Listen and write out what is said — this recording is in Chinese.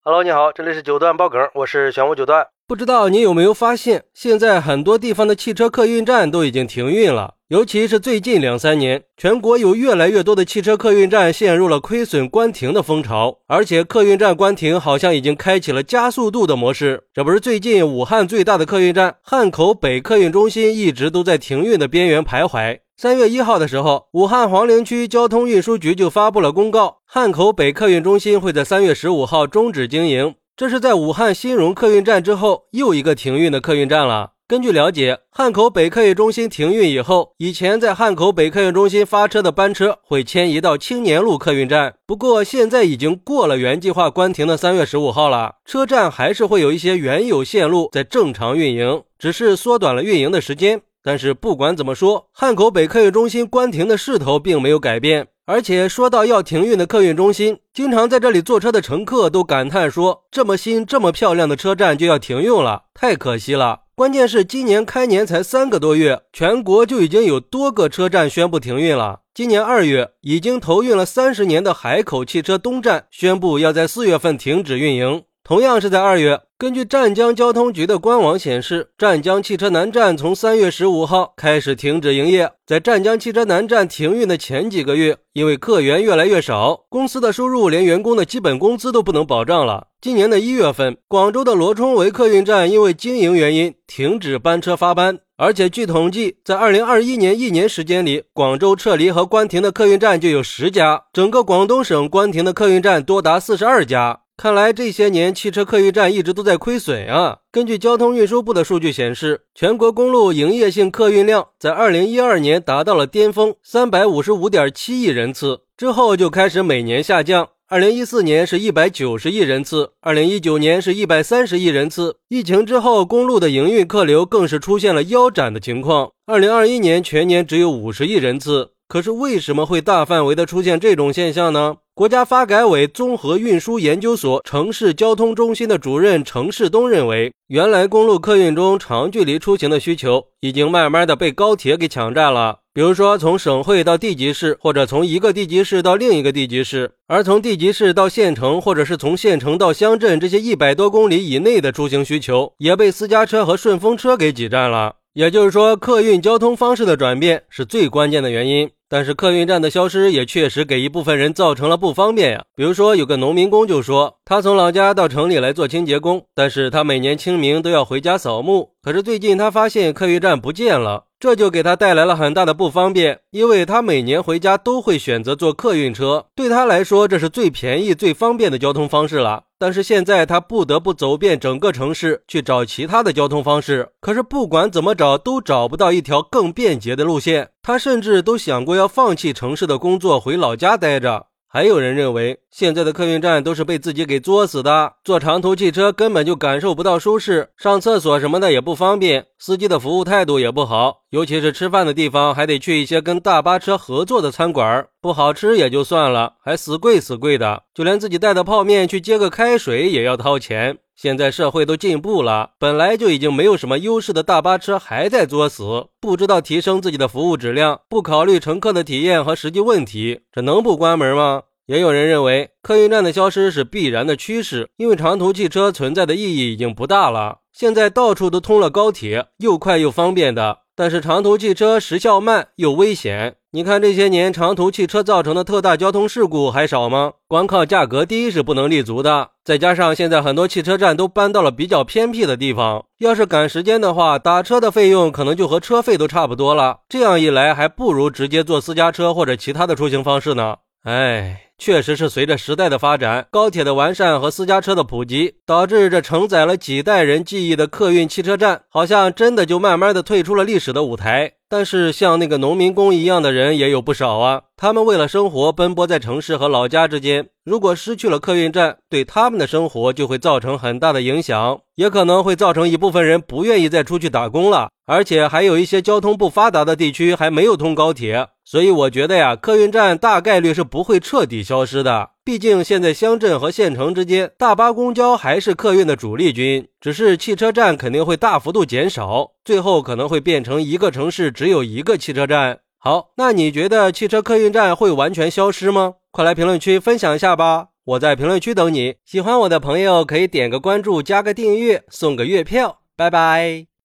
Hello， 你好，这里是九段爆梗，我是玄武九段。 不知道你有没有发现，现在很多地方的汽车客运站都已经停运了，尤其是最近2-3年，全国有越来越多的汽车客运站陷入了亏损关停的风潮，而且客运站关停好像已经开启了加速度的模式。这不是最近武汉最大的客运站汉口北客运中心一直都在停运的边缘徘徊。3月1号的时候，武汉黄陵区交通运输局就发布了公告，汉口北客运中心会在3月15号终止经营。这是在武汉新荣客运站之后又一个停运的客运站了。根据了解，汉口北客运中心停运以后，以前在汉口北客运中心发车的班车会迁移到青年路客运站。不过现在已经过了原计划关停的3月15号了，车站还是会有一些原有线路在正常运营，只是缩短了运营的时间。但是不管怎么说，汉口北客运中心关停的势头并没有改变。而且说到要停运的客运中心，经常在这里坐车的乘客都感叹说，这么新这么漂亮的车站就要停用了，太可惜了。关键是今年开年才3个多月，全国就已经有多个车站宣布停运了。今年2月，已经投运了30年的海口汽车东站宣布要在4月份停止运营。同样是在2月，根据湛江交通局的官网显示，湛江汽车南站从3月15号开始停止营业。在湛江汽车南站停运的前几个月，因为客源越来越少，公司的收入连员工的基本工资都不能保障了。今年的1月份，广州的罗冲围客运站因为经营原因停止班车发班，而且据统计，在2021年1年时间里，广州撤离和关停的客运站就有10家，整个广东省关停的客运站多达42家。看来这些年汽车客运站一直都在亏损啊。根据交通运输部的数据显示，全国公路营业性客运量在2012年达到了巅峰 355.7 亿人次，之后就开始每年下降。2014年是190亿人次，2019年是130亿人次。疫情之后，公路的营运客流更是出现了腰斩的情况。2021年全年只有50亿人次。可是为什么会大范围的出现这种现象呢？国家发改委综合运输研究所城市交通中心的主任程世东认为，原来公路客运中长距离出行的需求已经慢慢的被高铁给抢占了。比如说从省会到地级市，或者从一个地级市到另一个地级市，而从地级市到县城，或者是从县城到乡镇，这些100多公里以内的出行需求也被私家车和顺风车给挤占了。也就是说，客运交通方式的转变是最关键的原因。但是客运站的消失也确实给一部分人造成了不方便呀。比如说有个农民工就说，他从老家到城里来做清洁工，但是他每年清明都要回家扫墓，可是最近他发现客运站不见了，这就给他带来了很大的不方便，因为他每年回家都会选择坐客运车，对他来说这是最便宜最方便的交通方式了。但是现在他不得不走遍整个城市去找其他的交通方式，可是不管怎么找都找不到一条更便捷的路线，他甚至都想过要放弃城市的工作回老家待着。还有人认为，现在的客运站都是被自己给作死的，坐长途汽车根本就感受不到舒适，上厕所什么的也不方便，司机的服务态度也不好，尤其是吃饭的地方还得去一些跟大巴车合作的餐馆，不好吃也就算了，还死贵的，就连自己带的泡面去接个开水也要掏钱。现在社会都进步了，本来就已经没有什么优势的大巴车还在作死，不知道提升自己的服务质量，不考虑乘客的体验和实际问题，这能不关门吗？也有人认为客运站的消失是必然的趋势，因为长途汽车存在的意义已经不大了，现在到处都通了高铁，又快又方便的，但是长途汽车时效慢又危险。你看这些年长途汽车造成的特大交通事故还少吗？光靠价格低是不能立足的，再加上现在很多汽车站都搬到了比较偏僻的地方，要是赶时间的话，打车的费用可能就和车费都差不多了，这样一来还不如直接坐私家车或者其他的出行方式呢。确实是随着时代的发展，高铁的完善和私家车的普及，导致这承载了几代人记忆的客运汽车站好像真的就慢慢的退出了历史的舞台。但是像那个农民工一样的人也有不少啊，他们为了生活奔波在城市和老家之间，如果失去了客运站，对他们的生活就会造成很大的影响，也可能会造成一部分人不愿意再出去打工了。而且还有一些交通不发达的地区还没有通高铁，所以我觉得呀，客运站大概率是不会彻底消失的。毕竟现在乡镇和县城之间，大巴公交还是客运的主力军，只是汽车站肯定会大幅度减少，最后可能会变成一个城市只有一个汽车站。好，那你觉得汽车客运站会完全消失吗？快来评论区分享一下吧。 我在评论区等你。喜欢我的朋友可以点个关注，加个订阅，送个月票。拜拜。